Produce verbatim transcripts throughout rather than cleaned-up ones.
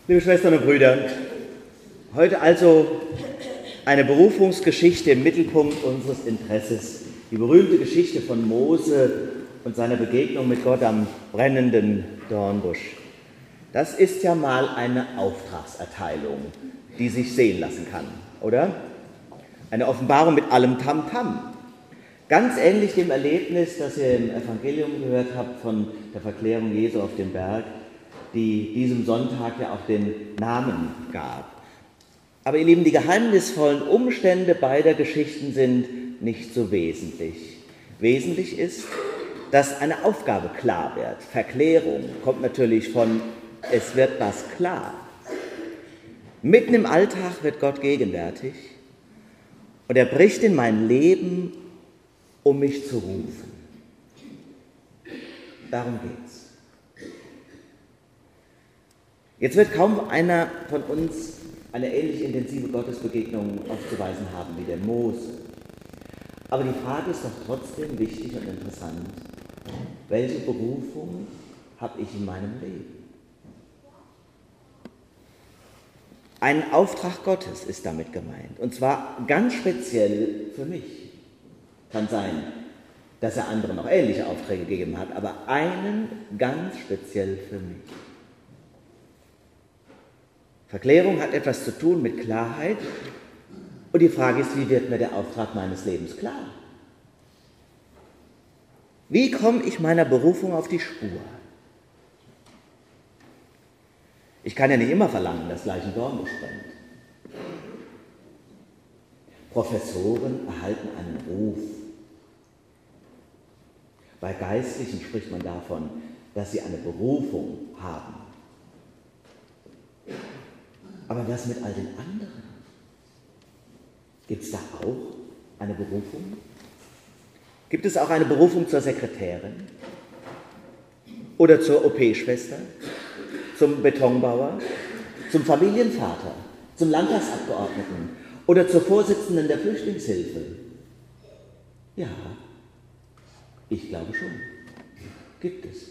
Liebe Schwestern und Brüder, heute also eine Berufungsgeschichte im Mittelpunkt unseres Interesses. Die berühmte Geschichte von Mose und seiner Begegnung mit Gott am brennenden Dornbusch. Das ist ja mal eine Auftragserteilung, die sich sehen lassen kann, oder? Eine Offenbarung mit allem Tamtam. Ganz ähnlich dem Erlebnis, das ihr im Evangelium gehört habt von der Verklärung Jesu auf dem Berg, die diesem Sonntag ja auch den Namen gab. Aber ihr Lieben, die geheimnisvollen Umstände beider Geschichten sind nicht so wesentlich. Wesentlich ist, dass eine Aufgabe klar wird. Verklärung kommt natürlich von, es wird was klar. Mitten im Alltag wird Gott gegenwärtig und er bricht in mein Leben, um mich zu rufen. Darum geht's. Jetzt wird kaum einer von uns eine ähnlich intensive Gottesbegegnung aufzuweisen haben wie der Mose. Aber die Frage ist doch trotzdem wichtig und interessant. Welche Berufung habe ich in meinem Leben? Ein Auftrag Gottes ist damit gemeint. Und zwar ganz speziell für mich. Kann sein, dass er anderen noch ähnliche Aufträge gegeben hat, aber einen ganz speziell für mich. Verklärung hat etwas zu tun mit Klarheit und die Frage ist, wie wird mir der Auftrag meines Lebens klar? Wie komme ich meiner Berufung auf die Spur? Ich kann ja nicht immer verlangen, dass gleich ein Dornbusch brennt. Professoren erhalten einen Ruf. Bei Geistlichen spricht man davon, dass sie eine Berufung haben. Aber was mit all den anderen? Gibt es da auch eine Berufung? Gibt es auch eine Berufung zur Sekretärin? Oder zur O P-Schwester? Zum Betonbauer? Zum Familienvater? Zum Landtagsabgeordneten? Oder zur Vorsitzenden der Flüchtlingshilfe? Ja, ich glaube schon. Gibt es.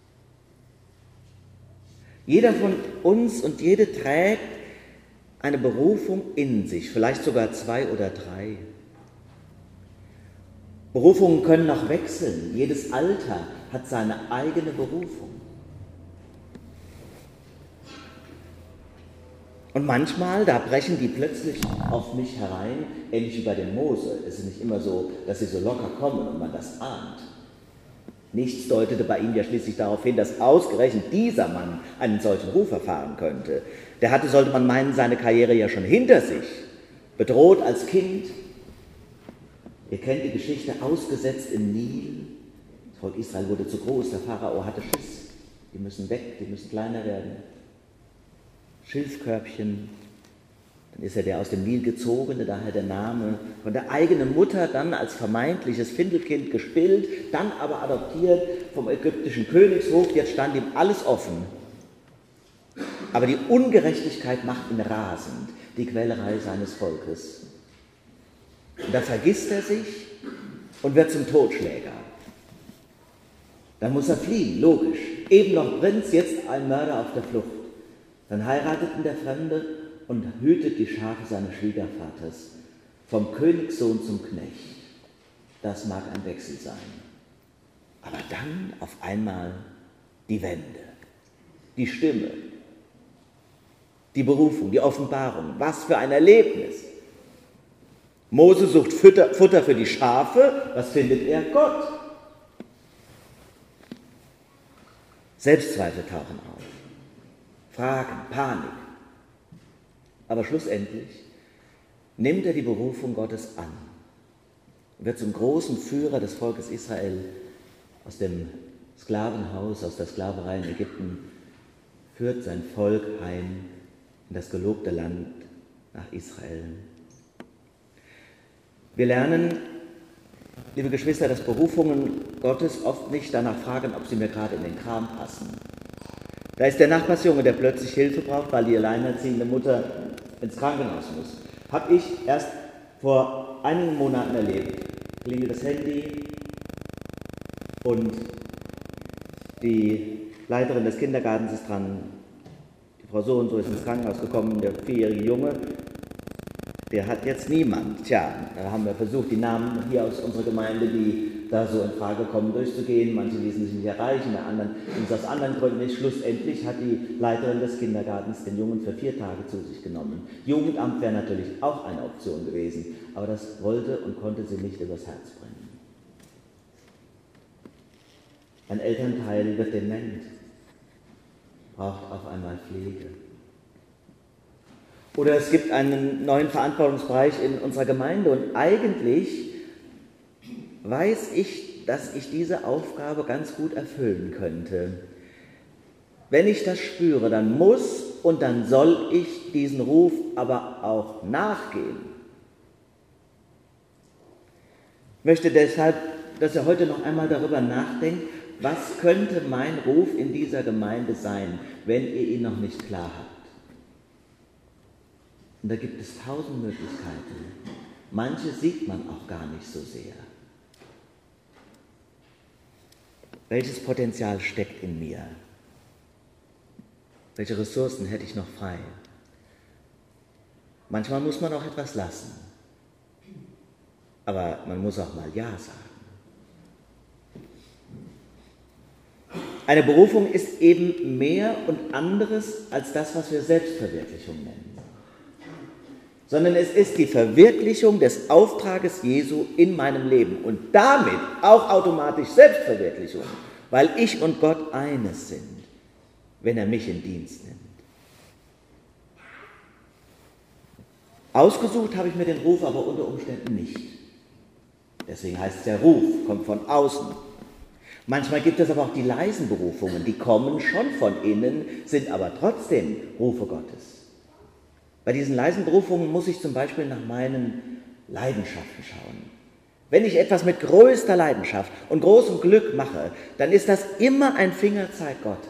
Jeder von uns und jede trägt eine Berufung in sich, vielleicht sogar zwei oder drei. Berufungen können auch wechseln. Jedes Alter hat seine eigene Berufung. Und manchmal, da brechen die plötzlich auf mich herein, ähnlich wie bei dem Mose. Es ist nicht immer so, dass sie so locker kommen und man das ahnt. Nichts deutete bei ihm ja schließlich darauf hin, dass ausgerechnet dieser Mann einen solchen Ruf erfahren könnte. Der hatte, sollte man meinen, seine Karriere ja schon hinter sich. Bedroht als Kind. Ihr kennt die Geschichte, ausgesetzt im Nil. Das Volk Israel wurde zu groß, der Pharao hatte Schiss. Die müssen weg, die müssen kleiner werden. Schilfkörbchen. Dann ist er der aus dem Nil gezogene, daher der Name, von der eigenen Mutter dann als vermeintliches Findelkind gespillt, dann aber adoptiert vom ägyptischen Königshof, jetzt stand ihm alles offen. Aber die Ungerechtigkeit macht ihn rasend, die Quälerei seines Volkes. Und da vergisst er sich und wird zum Totschläger. Dann muss er fliehen, logisch. Eben noch Prinz, jetzt ein Mörder auf der Flucht. Dann heiratet ihn der Fremde und hütet die Schafe seines Schwiegervaters, vom Königssohn zum Knecht. Das mag ein Wechsel sein. Aber dann auf einmal die Wende, die Stimme, die Berufung, die Offenbarung. Was für ein Erlebnis! Mose sucht Futter, Futter für die Schafe. Was findet er? Gott. Selbstzweifel tauchen auf. Fragen, Panik. Aber schlussendlich nimmt er die Berufung Gottes an, wird zum großen Führer des Volkes Israel aus dem Sklavenhaus, aus der Sklaverei in Ägypten, führt sein Volk heim in das gelobte Land nach Israel. Wir lernen, liebe Geschwister, dass Berufungen Gottes oft nicht danach fragen, ob sie mir gerade in den Kram passen. Da ist der Nachbarsjunge, der plötzlich Hilfe braucht, weil die alleinerziehende Mutter ins Krankenhaus muss. Habe ich erst vor einigen Monaten erlebt. Klingelt das Handy und die Leiterin des Kindergartens ist dran. Die Frau so und so ist ins Krankenhaus gekommen, der vierjährige Junge, der hat jetzt niemand. Tja, da haben wir versucht, die Namen hier aus unserer Gemeinde, die da so in Frage kommen, durchzugehen. Manche ließen sich nicht erreichen, bei anderen ging es aus anderen Gründen nicht. Schlussendlich hat die Leiterin des Kindergartens den Jungen für vier Tage zu sich genommen. Jugendamt wäre natürlich auch eine Option gewesen, aber das wollte und konnte sie nicht übers Herz bringen. Ein Elternteil wird dement, braucht auf einmal Pflege. Oder es gibt einen neuen Verantwortungsbereich in unserer Gemeinde und eigentlich weiß ich, dass ich diese Aufgabe ganz gut erfüllen könnte. Wenn ich das spüre, dann muss und dann soll ich diesen Ruf aber auch nachgehen. Ich möchte deshalb, dass ihr heute noch einmal darüber nachdenkt, was könnte mein Ruf in dieser Gemeinde sein, wenn ihr ihn noch nicht klar habt. Und da gibt es tausend Möglichkeiten. Manche sieht man auch gar nicht so sehr. Welches Potenzial steckt in mir? Welche Ressourcen hätte ich noch frei? Manchmal muss man auch etwas lassen. Aber man muss auch mal Ja sagen. Eine Berufung ist eben mehr und anderes als das, was wir Selbstverwirklichung nennen. Sondern es ist die Verwirklichung des Auftrages Jesu in meinem Leben und damit auch automatisch Selbstverwirklichung, weil ich und Gott eines sind, wenn er mich in Dienst nimmt. Ausgesucht habe ich mir den Ruf aber unter Umständen nicht. Deswegen heißt es ja Ruf, kommt von außen. Manchmal gibt es aber auch die leisen Berufungen, die kommen schon von innen, sind aber trotzdem Rufe Gottes. Bei diesen leisen Berufungen muss ich zum Beispiel nach meinen Leidenschaften schauen. Wenn ich etwas mit größter Leidenschaft und großem Glück mache, dann ist das immer ein Fingerzeig Gottes.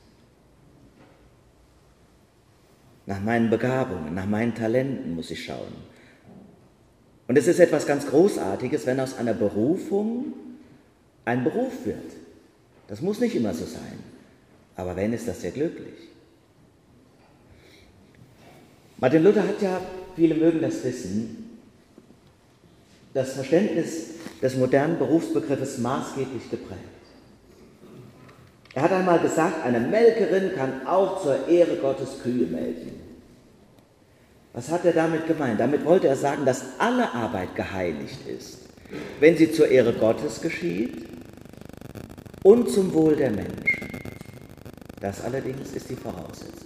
Nach meinen Begabungen, nach meinen Talenten muss ich schauen. Und es ist etwas ganz Großartiges, wenn aus einer Berufung ein Beruf wird. Das muss nicht immer so sein, aber wenn, ist das sehr glücklich. Martin Luther hat ja, viele mögen das wissen, das Verständnis des modernen Berufsbegriffes maßgeblich geprägt. Er hat einmal gesagt, eine Melkerin kann auch zur Ehre Gottes Kühe melken. Was hat er damit gemeint? Damit wollte er sagen, dass alle Arbeit geheiligt ist, wenn sie zur Ehre Gottes geschieht und zum Wohl der Menschen. Das allerdings ist die Voraussetzung.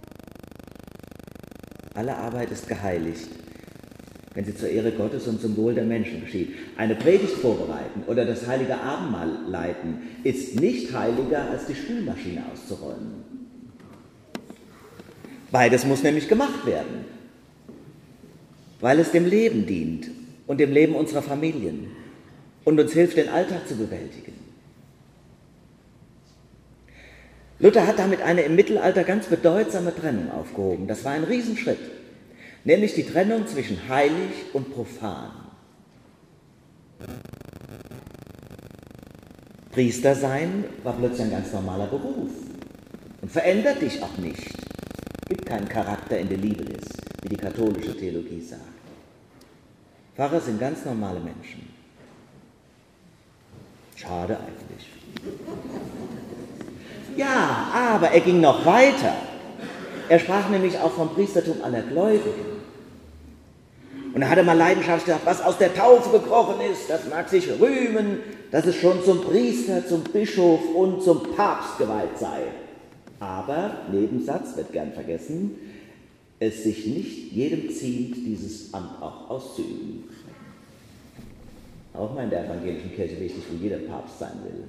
Alle Arbeit ist geheiligt, wenn sie zur Ehre Gottes und zum Wohl der Menschen geschieht. Eine Predigt vorbereiten oder das heilige Abendmahl leiten ist nicht heiliger, als die Spülmaschine auszuräumen. Beides muss nämlich gemacht werden, weil es dem Leben dient und dem Leben unserer Familien und uns hilft, den Alltag zu bewältigen. Luther hat damit eine im Mittelalter ganz bedeutsame Trennung aufgehoben. Das war ein Riesenschritt, nämlich die Trennung zwischen heilig und profan. Priester sein war plötzlich ein ganz normaler Beruf und verändert dich auch nicht. Gibt keinen Charakter in der Liebe ist, wie die katholische Theologie sagt. Pfarrer sind ganz normale Menschen. Schade eigentlich. Ja, aber er ging noch weiter. Er sprach nämlich auch vom Priestertum aller Gläubigen. Und er hatte mal leidenschaftlich gesagt, was aus der Taufe gekrochen ist, das mag sich rühmen, dass es schon zum Priester, zum Bischof und zum Papst geweiht sei. Aber, Nebensatz, wird gern vergessen, es sich nicht jedem ziemt, dieses Amt auch auszuüben. Auch mal in der evangelischen Kirche wichtig, wo jeder Papst sein will.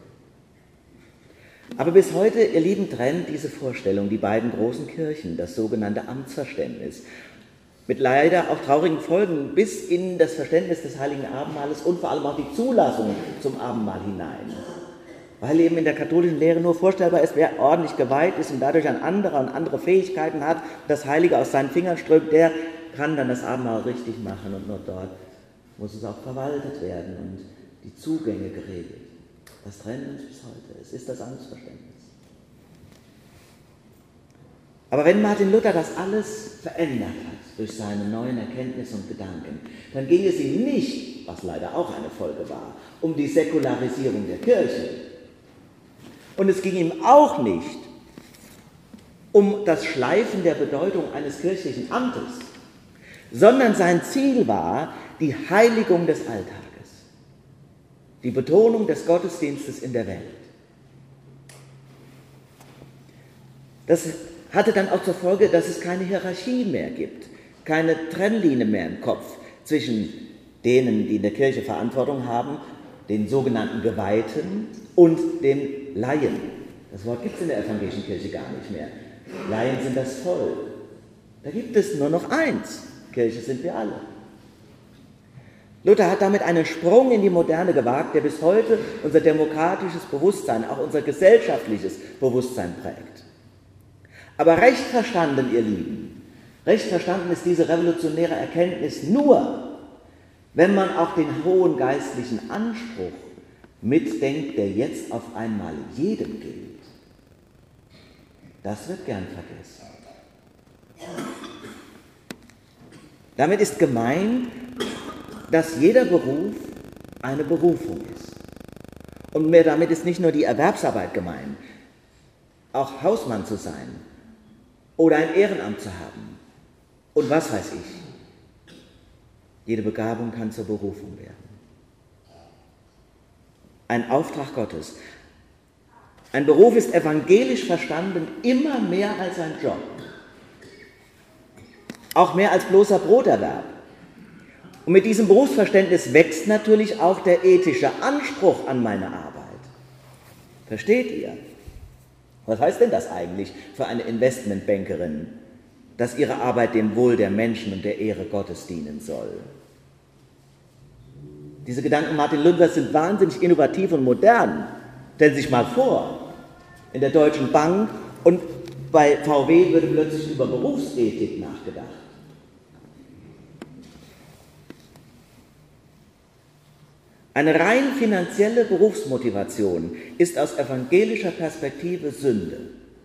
Aber bis heute, ihr Lieben, trennen diese Vorstellung die beiden großen Kirchen, das sogenannte Amtsverständnis, mit leider auch traurigen Folgen bis in das Verständnis des Heiligen Abendmahles und vor allem auch die Zulassung zum Abendmahl hinein. Weil eben in der katholischen Lehre nur vorstellbar ist, wer ordentlich geweiht ist und dadurch ein anderer und andere Fähigkeiten hat, das Heilige aus seinen Fingern strömt, der kann dann das Abendmahl richtig machen und nur dort muss es auch verwaltet werden und die Zugänge geregelt. Das trennt uns bis heute. Es ist das Amtsverständnis. Aber wenn Martin Luther das alles verändert hat durch seine neuen Erkenntnisse und Gedanken, dann ging es ihm nicht, was leider auch eine Folge war, um die Säkularisierung der Kirche. Und es ging ihm auch nicht um das Schleifen der Bedeutung eines kirchlichen Amtes, sondern sein Ziel war die Heiligung des Alltages, die Betonung des Gottesdienstes in der Welt. Das hatte dann auch zur Folge, dass es keine Hierarchie mehr gibt, keine Trennlinie mehr im Kopf zwischen denen, die in der Kirche Verantwortung haben, den sogenannten Geweihten und den Laien. Das Wort gibt es in der evangelischen Kirche gar nicht mehr. Laien sind das Volk. Da gibt es nur noch eins. Kirche sind wir alle. Luther hat damit einen Sprung in die Moderne gewagt, der bis heute unser demokratisches Bewusstsein, auch unser gesellschaftliches Bewusstsein prägt. Aber recht verstanden, ihr Lieben, recht verstanden ist diese revolutionäre Erkenntnis nur, wenn man auch den hohen geistlichen Anspruch mitdenkt, der jetzt auf einmal jedem gilt. Das wird gern vergessen. Damit ist gemeint, dass jeder Beruf eine Berufung ist. Und mehr damit ist nicht nur die Erwerbsarbeit gemeint, auch Hausmann zu sein oder ein Ehrenamt zu haben und was weiß ich. Jede Begabung kann zur Berufung werden. Ein Auftrag Gottes. Ein Beruf ist evangelisch verstanden immer mehr als ein Job. Auch mehr als bloßer Broterwerb. Und mit diesem Berufsverständnis wächst natürlich auch der ethische Anspruch an meine Arbeit. Versteht ihr? Was heißt denn das eigentlich für eine Investmentbankerin, dass ihre Arbeit dem Wohl der Menschen und der Ehre Gottes dienen soll? Diese Gedanken Martin Luthers sind wahnsinnig innovativ und modern. Stellen Sie sich mal vor, in der Deutschen Bank und bei V W würde plötzlich über Berufsethik nachgedacht. Eine rein finanzielle Berufsmotivation ist aus evangelischer Perspektive Sünde.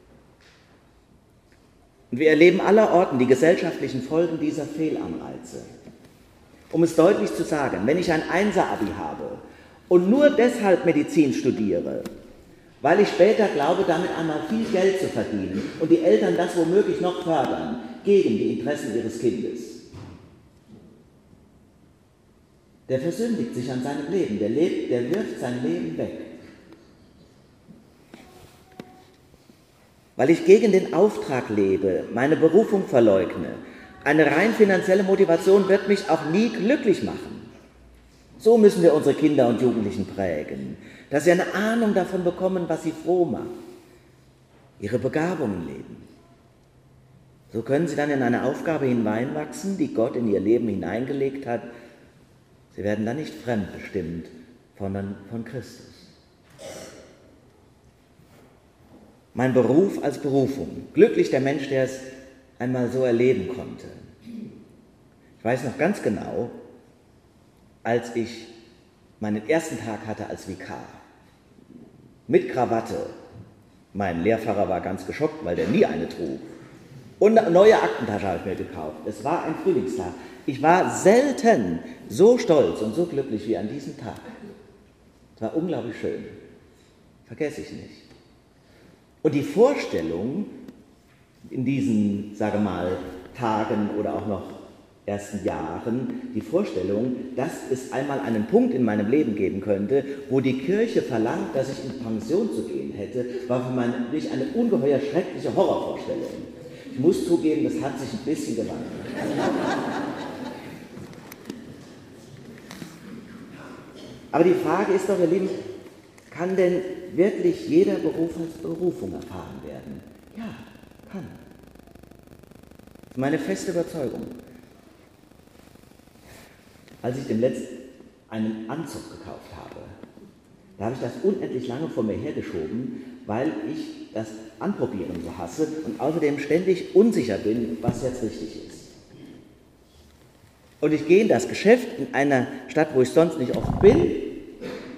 Und wir erleben allerorten die gesellschaftlichen Folgen dieser Fehlanreize. Um es deutlich zu sagen, wenn ich ein Einser-Abi habe und nur deshalb Medizin studiere, weil ich später glaube, damit einmal viel Geld zu verdienen und die Eltern das womöglich noch fördern, gegen die Interessen ihres Kindes, der versündigt sich an seinem Leben, der, lebt, der wirft sein Leben weg. Weil ich gegen den Auftrag lebe, meine Berufung verleugne, eine rein finanzielle Motivation wird mich auch nie glücklich machen. So müssen wir unsere Kinder und Jugendlichen prägen, dass sie eine Ahnung davon bekommen, was sie froh macht, ihre Begabungen leben. So können sie dann in eine Aufgabe hineinwachsen, die Gott in ihr Leben hineingelegt hat. Sie werden dann nicht fremdbestimmt, sondern von Christus. Mein Beruf als Berufung. Glücklich der Mensch, der es einmal so erleben konnte. Ich weiß noch ganz genau, als ich meinen ersten Tag hatte als Vikar. Mit Krawatte. Mein Lehrpfarrer war ganz geschockt, weil der nie eine trug. Und eine neue Aktentasche habe ich mir gekauft. Es war ein Frühlingstag. Ich war selten so stolz und so glücklich wie an diesem Tag. Es war unglaublich schön. Vergesse ich nicht. Und die Vorstellung in diesen, sage mal, Tagen oder auch noch ersten Jahren, die Vorstellung, dass es einmal einen Punkt in meinem Leben geben könnte, wo die Kirche verlangt, dass ich in Pension zu gehen hätte, war für mich eine ungeheuer schreckliche Horrorvorstellung. Ich muss zugeben, das hat sich ein bisschen gewandelt. Aber die Frage ist doch, ihr Lieben, kann denn wirklich jeder Beruf als Berufung erfahren werden? Ja, kann. Das ist meine feste Überzeugung. Als ich dem letzten einen Anzug gekauft habe, da habe ich das unendlich lange vor mir hergeschoben, weil ich das Anprobieren so hasse und außerdem ständig unsicher bin, was jetzt richtig ist. Und ich gehe in das Geschäft in einer Stadt, wo ich sonst nicht oft bin,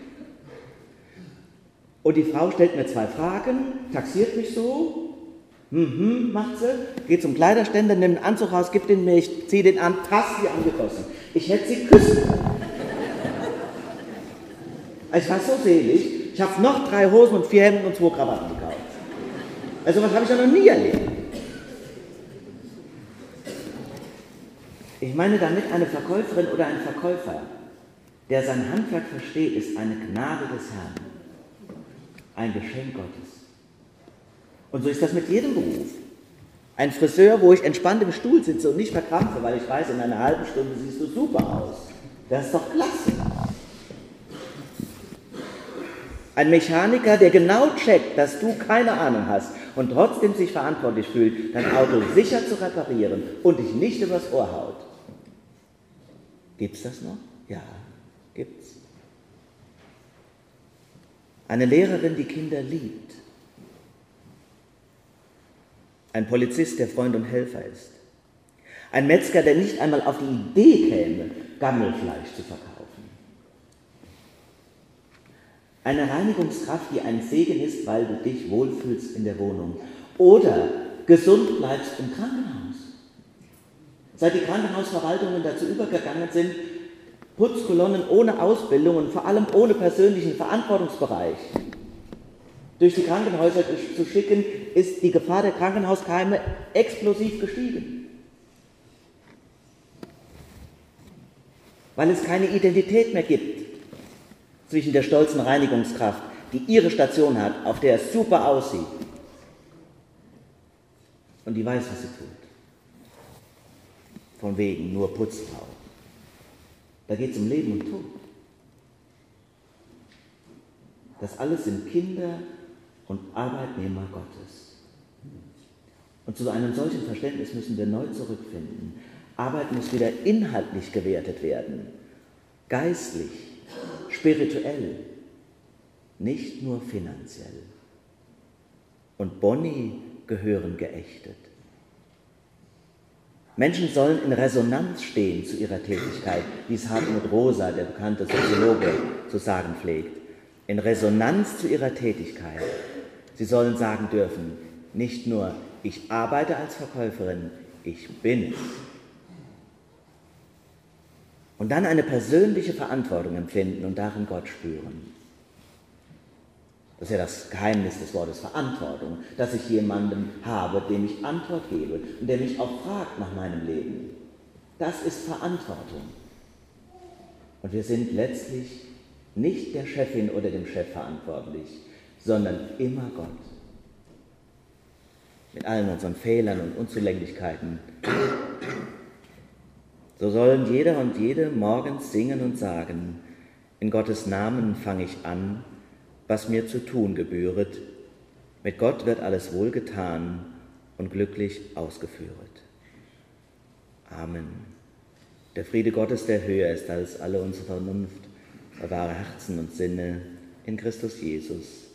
und die Frau stellt mir zwei Fragen, taxiert mich so, Mhm, macht sie, geht zum Kleiderständer, nimmt einen Anzug raus, gibt den mir, ich ziehe den an, passt wie angegossen. Ich hätte sie küssen können. Ich war so selig, ich habe noch drei Hosen und vier Hemden und zwei Krawatten gekauft. Also was habe ich ja noch nie erlebt. Ich meine damit, eine Verkäuferin oder ein Verkäufer, der sein Handwerk versteht, ist eine Gnade des Herrn, ein Geschenk Gottes. Und so ist das mit jedem Beruf. Ein Friseur, wo ich entspannt im Stuhl sitze und nicht verkrampfe, weil ich weiß, in einer halben Stunde siehst du super aus. Das ist doch klasse. Ein Mechaniker, der genau checkt, dass du keine Ahnung hast und trotzdem sich verantwortlich fühlt, dein Auto sicher zu reparieren und dich nicht übers Ohr haut. Gibt's das noch? Ja, gibt's. Eine Lehrerin, die Kinder liebt. Ein Polizist, der Freund und Helfer ist. Ein Metzger, der nicht einmal auf die Idee käme, Gammelfleisch zu verkaufen. Eine Reinigungskraft, die ein Segen ist, weil du dich wohlfühlst in der Wohnung. Oder gesund bleibst im Krankenhaus. Seit die Krankenhausverwaltungen dazu übergegangen sind, Putzkolonnen ohne Ausbildung und vor allem ohne persönlichen Verantwortungsbereich durch die Krankenhäuser zu schicken, ist die Gefahr der Krankenhauskeime explosiv gestiegen. Weil es keine Identität mehr gibt zwischen der stolzen Reinigungskraft, die ihre Station hat, auf der es super aussieht, und die weiß, was sie tut. Von wegen nur Putzfrau. Da geht es um Leben und Tod. Das alles sind Kinder und Arbeitnehmer Gottes. Und zu einem solchen Verständnis müssen wir neu zurückfinden. Arbeit muss wieder inhaltlich gewertet werden, geistlich, spirituell, nicht nur finanziell. Und Boni gehören geächtet. Menschen sollen in Resonanz stehen zu ihrer Tätigkeit, wie es Hartmut Rosa, der bekannte Soziologe, zu sagen pflegt. In Resonanz zu ihrer Tätigkeit. Sie sollen sagen dürfen, nicht nur, ich arbeite als Verkäuferin, ich bin es. Und dann eine persönliche Verantwortung empfinden und darin Gott spüren. Das ist ja das Geheimnis des Wortes Verantwortung, dass ich jemanden habe, dem ich Antwort gebe und der mich auch fragt nach meinem Leben. Das ist Verantwortung. Und wir sind letztlich nicht der Chefin oder dem Chef verantwortlich, sondern immer Gott. Mit allen unseren Fehlern und Unzulänglichkeiten. So sollen jeder und jede morgens singen und sagen, in Gottes Namen fange ich an, was mir zu tun gebühret. Mit Gott wird alles wohlgetan und glücklich ausgeführet. Amen. Der Friede Gottes, der höher ist als alle unsere Vernunft, bewahre Herzen und Sinne in Christus Jesus,